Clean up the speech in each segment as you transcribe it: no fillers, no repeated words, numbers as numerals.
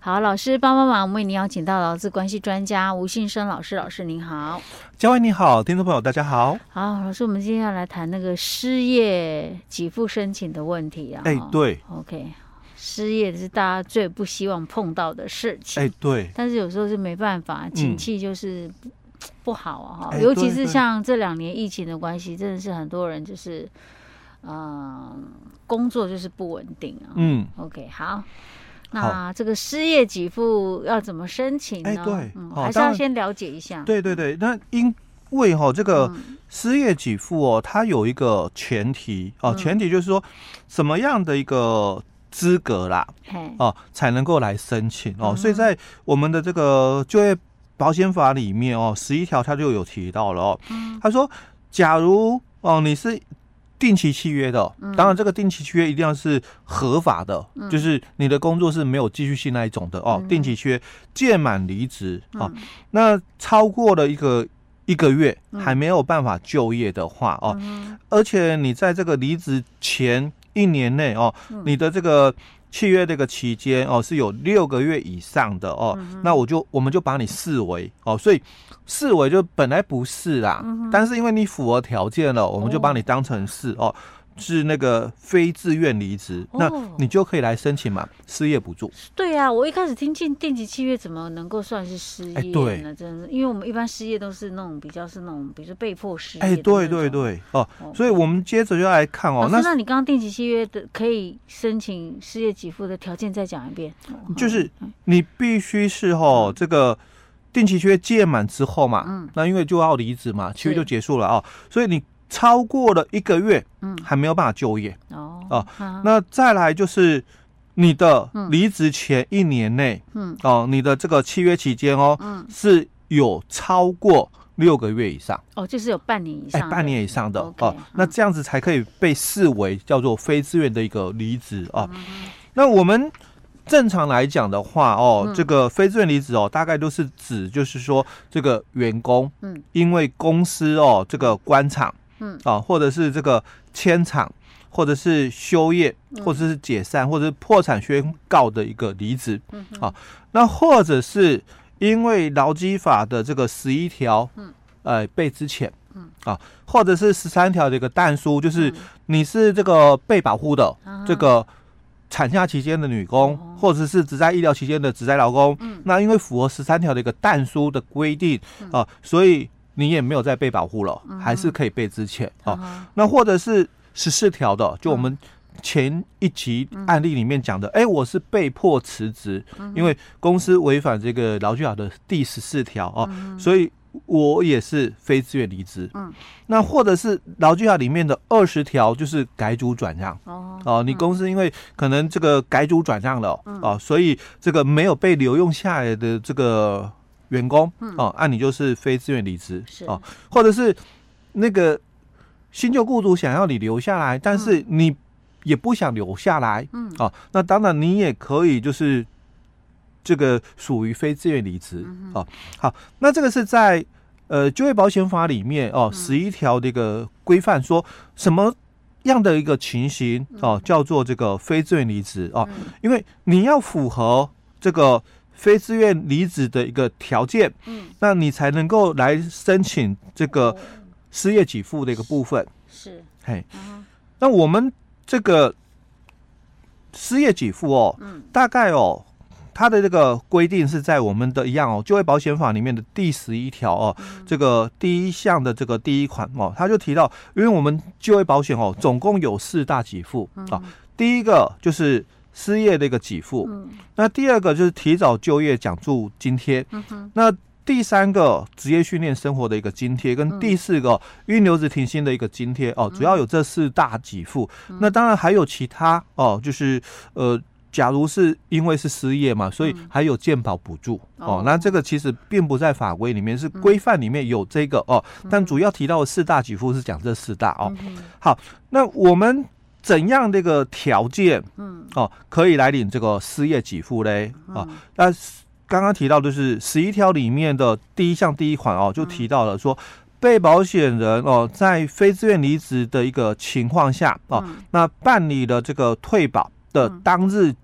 好，老师帮帮忙，我们为您邀请到劳资关系专家吴信生老师，老师您好。 嘉惠你好，听众朋友大家好。 好，老师，我们今天要来谈那个失业给付申请的问题啊。 对 ，OK， 失业是大家最不希望碰到的事情。 对， 但是有时候是没办法，景气就是不好啊。尤其是像这2年疫情的关系，真的是很多人就是工作就是不稳定啊。OK， 好。那这个失业给付要怎么申请呢？ 对， 还是要先了解一下。 对，那因为这个失业给付它有一个前提前提就是说什么样的一个资格啦才能够来申请所以在我们的这个就业保险法里面11条它就有提到了他说，假如你是定期契约的，当然这个定期契约一定要是合法的，就是你的工作是没有继续性那一种的定期契约届满离职那超过了一个月还没有办法就业的话而且你在这个离职前1年内你的这个契约这个期间是有6个月以上的那我们就把你视为所以视为就本来不是啦但是因为你符合条件了，我们就把你当成是那个非自愿离职那你就可以来申请嘛失业补助。 对啊，我一开始听进定期契约怎么能够算是失业呢？ 对， 真的，因为我们一般失业都是那种比较是那种比如说被迫失业对所以我们接着就要来看那你刚刚定期契约的可以申请失业给付的条件再讲一遍。 就是你必须是这个定期契约届满之后嘛那因为就要离职嘛，契约就结束了所以你超过了1个月还没有办法就业那再来就是你的离职前1年内你的这个契约期间是有超过6个月以上就是有半年以上半年以上的那这样子才可以被视为叫做非自愿的一个离职那我们正常来讲的话这个非自愿离职大概都是指就是说这个员工因为公司这个关厂或者是这个迁厂，或者是休业，或者是解散，或者是破产宣告的一个离职那或者是因为劳基法的这个11条被资遣或者是13条的一个但书，就是你是这个被保护的这个产假期间的女工，或者是只在医疗期间的只在劳工那因为符合13条的一个但书的规定所以你也没有再被保护了还是可以被资遣那或者是14条的，就我们前一集案例里面讲的我是被迫辞职因为公司违反这个劳基法的第14条所以我也是非自愿离职那或者是劳基法里面的20条，就是改组转让你公司因为可能这个改组转让了所以这个没有被留用下来的这个员工你就是非自愿离职或者是那个新旧雇主想要你留下来但是你也不想留下来那当然你也可以就是这个属于非自愿离职好，那这个是在就业保险法里面11条的一个规范，说什么样的一个情形叫做这个非自愿离职因为你要符合这个非自愿离职的一个条件那你才能够来申请这个失业给付的一个部分是那我们这个失业给付大概它的这个规定是在我们的一样就业保险法里面的第11条这个第1项的这个第1款它就提到，因为我们就业保险总共有4大给付第一个就是失业的一个给付那第2个就是提早就业奖助津贴那第3个职业训练生活的一个津贴，跟第4个因留职停薪的一个津贴主要有这4大给付那当然还有其他就是假如是因为是失业嘛，所以还有健保补助那这个其实并不在法规里面，是规范里面有这个但主要提到的4大给付是讲这4大好，那我们怎样的一个条件可以来领这个失业给付嘞那刚刚提到就是11条里面的第1项第1款就提到了说，被保险人在非自愿离职的一个情况下那办理了这个退保的当日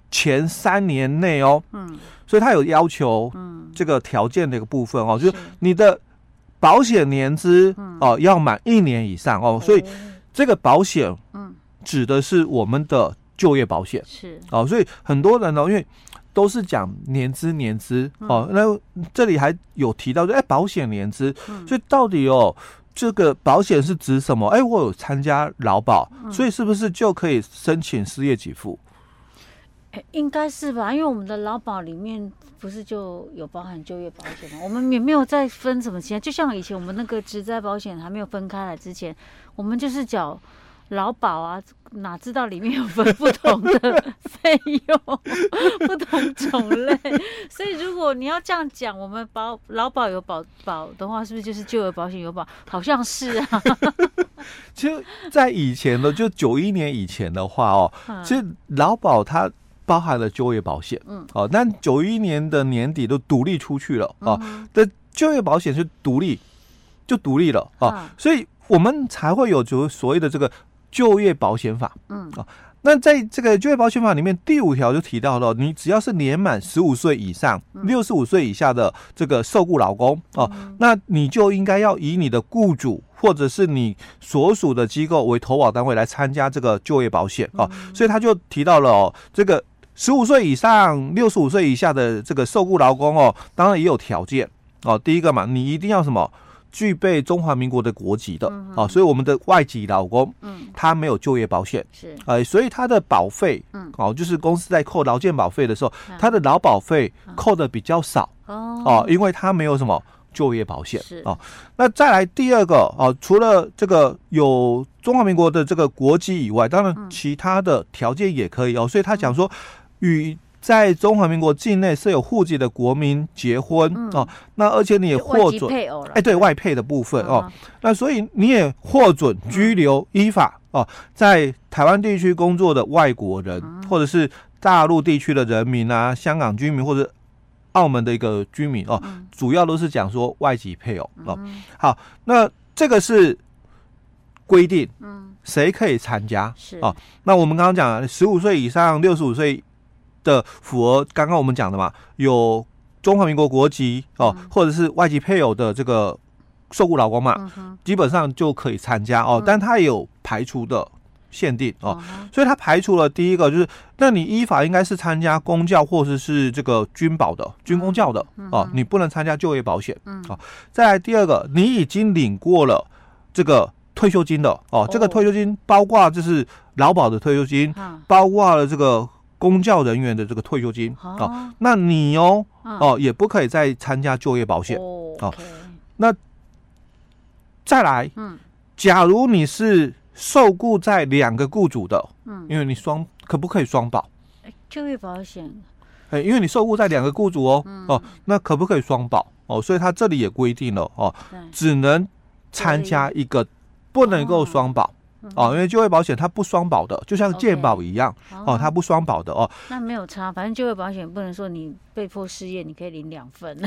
前3年内哦，所以他有要求这个条件的一个部分哦，就是你的保险年资要满1年以上哦，所以这个保险指的是我们的就业保险是哦，所以很多人哦，因为都是讲年资哦，那这里还有提到说，保险年资，所以到底哦，这个保险是指什么？我有参加劳保，所以是不是就可以申请失业给付？ 应该是吧，因为我们的劳保里面不是就有包含就业保险吗？我们也没有再分什么钱，就像以前我们那个职灾保险还没有分开来之前，我们就是缴劳保啊，哪知道里面有分不同的费用、不同种类，所以如果你要这样讲，我们劳保有保的话，是不是就是就业保险有保？好像是啊。 其实，在以前的就91年以前的话哦，其实劳保它包含了就业保险，但91年的年底都独立出去了的就业保险是独立了所以我们才会有所谓的这个就业保险法，那在这个就业保险法里面第5条就提到了，你只要是年满15岁以上、65岁以下的这个受雇劳工那你就应该要以你的雇主或者是你所属的机构为投保单位来参加这个就业保险所以他就提到了这个15岁以上、65岁以下的这个受雇劳工当然也有条件第一个嘛，你一定要什么？具备中华民国的国籍的所以我们的外籍劳工他没有就业保险是所以他的保费就是公司在扣劳健保费的时候他的劳保费扣的比较少因为他没有什么就业保险那再来第二个除了这个有中华民国的这个国籍以外，当然其他的条件也可以所以他讲说与在中华民国境内设有户籍的国民结婚那而且你也获准对外配的部分那所以你也获准居留依法在台湾地区工作的外国人或者是大陆地区的人民啊，香港居民或者澳门的一个居民主要都是讲说外籍配偶好，那这个是规定谁可以参加那我们刚刚讲15岁以上、65岁的符合刚刚我们讲的嘛，有中华民国国籍或者是外籍配偶的这个受雇劳工嘛基本上就可以参加但它也有排除的限定所以它排除了第一个就是，那你依法应该是参加公教或者是这个军保的、军公教的你不能参加就业保险再来第二个，你已经领过了这个退休金的这个退休金包括就是劳保的退休金包括了这个公教人员的这个退休金那你也不可以再参加就业保险那再来假如你是受雇在2个雇主的因为你可不可以双保就业保险因为你受雇在2个雇主那可不可以双保所以他这里也规定了只能参加一个，不能够双保因为就业保险它不双保的，就像健保一样它不双保的那没有差，反正就业保险不能说你被迫失业你可以领2份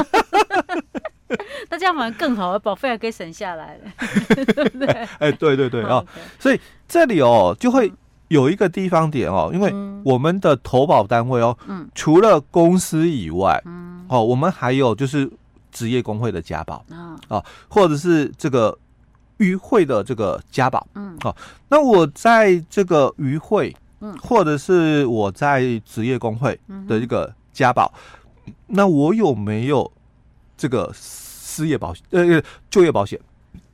那这样反而更好，保费还可以省下来了对不对对所以这里就会有一个地方点因为我们的投保单位除了公司以外我们还有就是职业工会的家保或者是这个渔会的这个家保那我在这个渔会或者是我在职业工会的一个家保那我有没有这个失业保险就业保险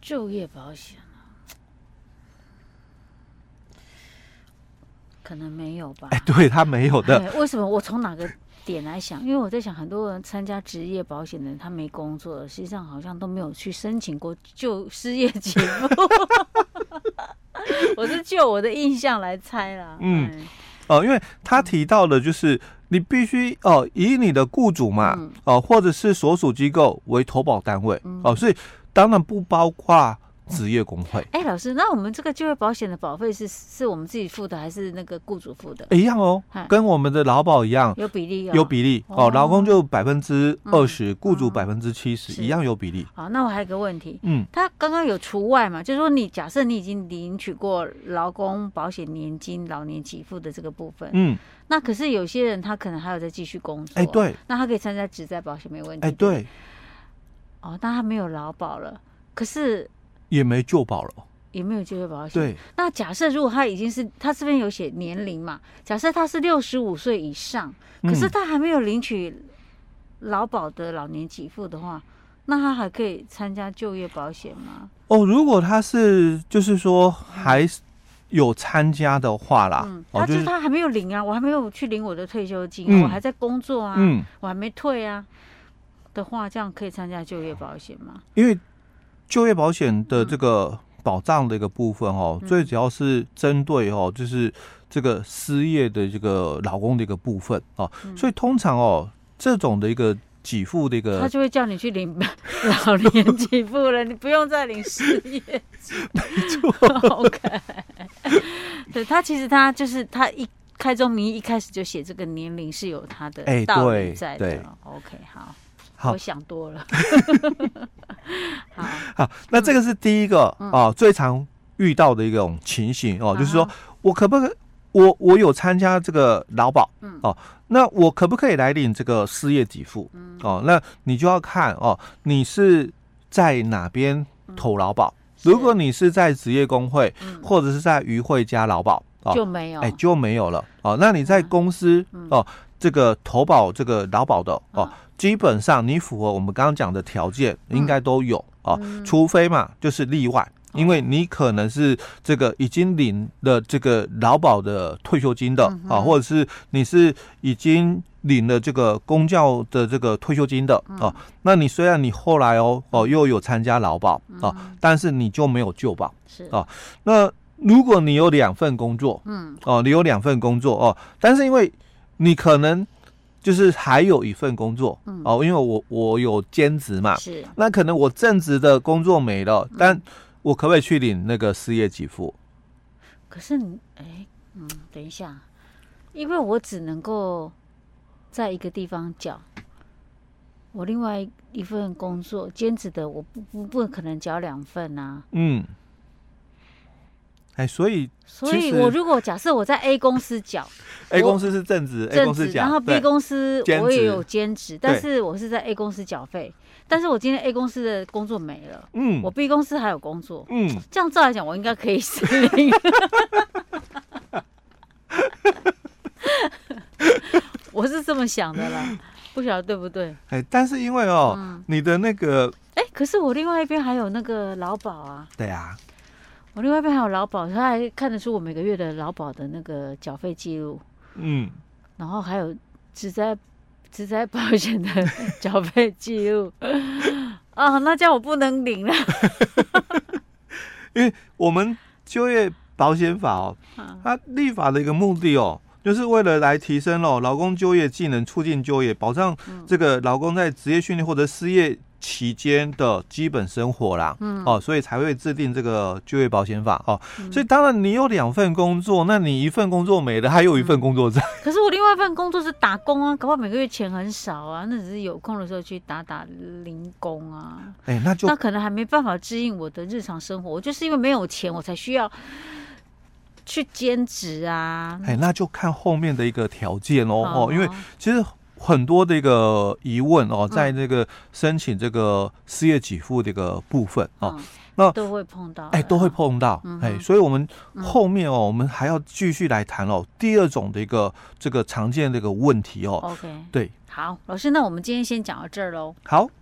可能没有吧对，他没有的为什么？我从哪个点来想，因为我在想很多人参加职业保险的人他没工作，实际上好像都没有去申请过就失业给付我是就我的印象来猜啦因为他提到的就是你必须以你的雇主嘛或者是所属机构为投保单位所以当然不包括职业工会。 老师，那我们这个就业保险的保费是我们自己付的，还是那个雇主付的？ 一样哦，跟我们的劳保一样， 有比例哦。 有比例哦，劳工就20%，雇主70%，一样有比例。 好，那我还有个问题，他刚刚有除外嘛？就是说你假设你已经领取过劳工保险年金、老年给付的这个部分，那可是有些人他可能还有在继续工作， 对， 那他可以参加职灾保险没问题， 对。 哦，但他没有劳保了，可是也没就保了， 也没有就业保险。 对， 那假设如果他已经是，他这边有写年龄嘛？假设他是65岁以上，可是他还没有领取劳保的老年给付的话，那他还可以参加就业保险吗？ 如果他是就是说还有参加的话啦， 他就是他还没有领啊，我还没有去领我的退休金，我还在工作啊，我还没退啊。的话，这样可以参加就业保险吗？因为就业保险的这个保障的一个部分最主要是针对就是这个失业的这个劳工的一个部分所以通常这种的一个给付的一个， 他就会叫你去领老年给付了，你不用再领失业没错 ，OK。对，他其实他就是他一开宗明义一开始就写这个年龄是有他的道理在的。OK， 好，我想多了。 好，那这个是第一个最常遇到的一种情形就是说我可不可以，我有参加这个劳保那我可不可以来领这个失业给付那你就要看你是在哪边投劳保。如果你是在职业工会或者是在渔会加劳保就没有就没有了那你在公司这个投保这个劳保的基本上你符合我们刚刚讲的条件应该都有除非嘛就是例外，因为你可能是这个已经领了这个劳保的退休金的或者是你是已经领了这个公教的这个退休金的那你虽然你后来又有参加劳保但是你就没有就保那如果你有2份工作你有2份工作但是因为你可能就是还有1份工作因为我有兼职嘛， 是那可能我正职的工作没了但我可不可以去领那个失业给付？ 可是等一下，因为我只能够在一个地方缴，我另外一份工作兼职的，我不可能缴2份啊。 所以我如果假设我在 A 公司缴 ，A 公司是正职 ，A 公司缴， 然后 B 公司我也有兼职，但是我是在 A 公司缴费，但是我今天 A 公司的工作没了，我 B 公司还有工作，这样照来讲，我应该可以申领。我是这么想的啦，不晓得对不对？ 但是因为你的那个， 可是我另外一边还有那个劳保啊， 对啊。 我另外一边还有劳保，他还看得出我每个月的劳保的那个缴费记录，然后还有职灾保险的缴费记录，那这样我不能领了， 因为我们就业保险法它立法的一个目的就是为了来提升劳工就业技能，促进就业，保障这个劳工在职业训练或者失业期间的基本生活啦，所以才会制定这个就业保险法所以当然你有2份工作，那你1份工作没了，还有1份工作在。 可是我另外一份工作是打工啊，搞不好每个月钱很少啊，那只是有空的时候去打零工啊。那可能还没办法支应我的日常生活，我就是因为没有钱，我才需要去兼职啊。 那就看后面的一个条件因为其实很多的一个疑问在这个申请这个失业给付的一个部分那都会碰到都会碰到所以我们后面我们还要继续来谈第2种的一个这个常见的一个问题 OK， 对， 好，老师，那我们今天先讲到这儿喽。 好。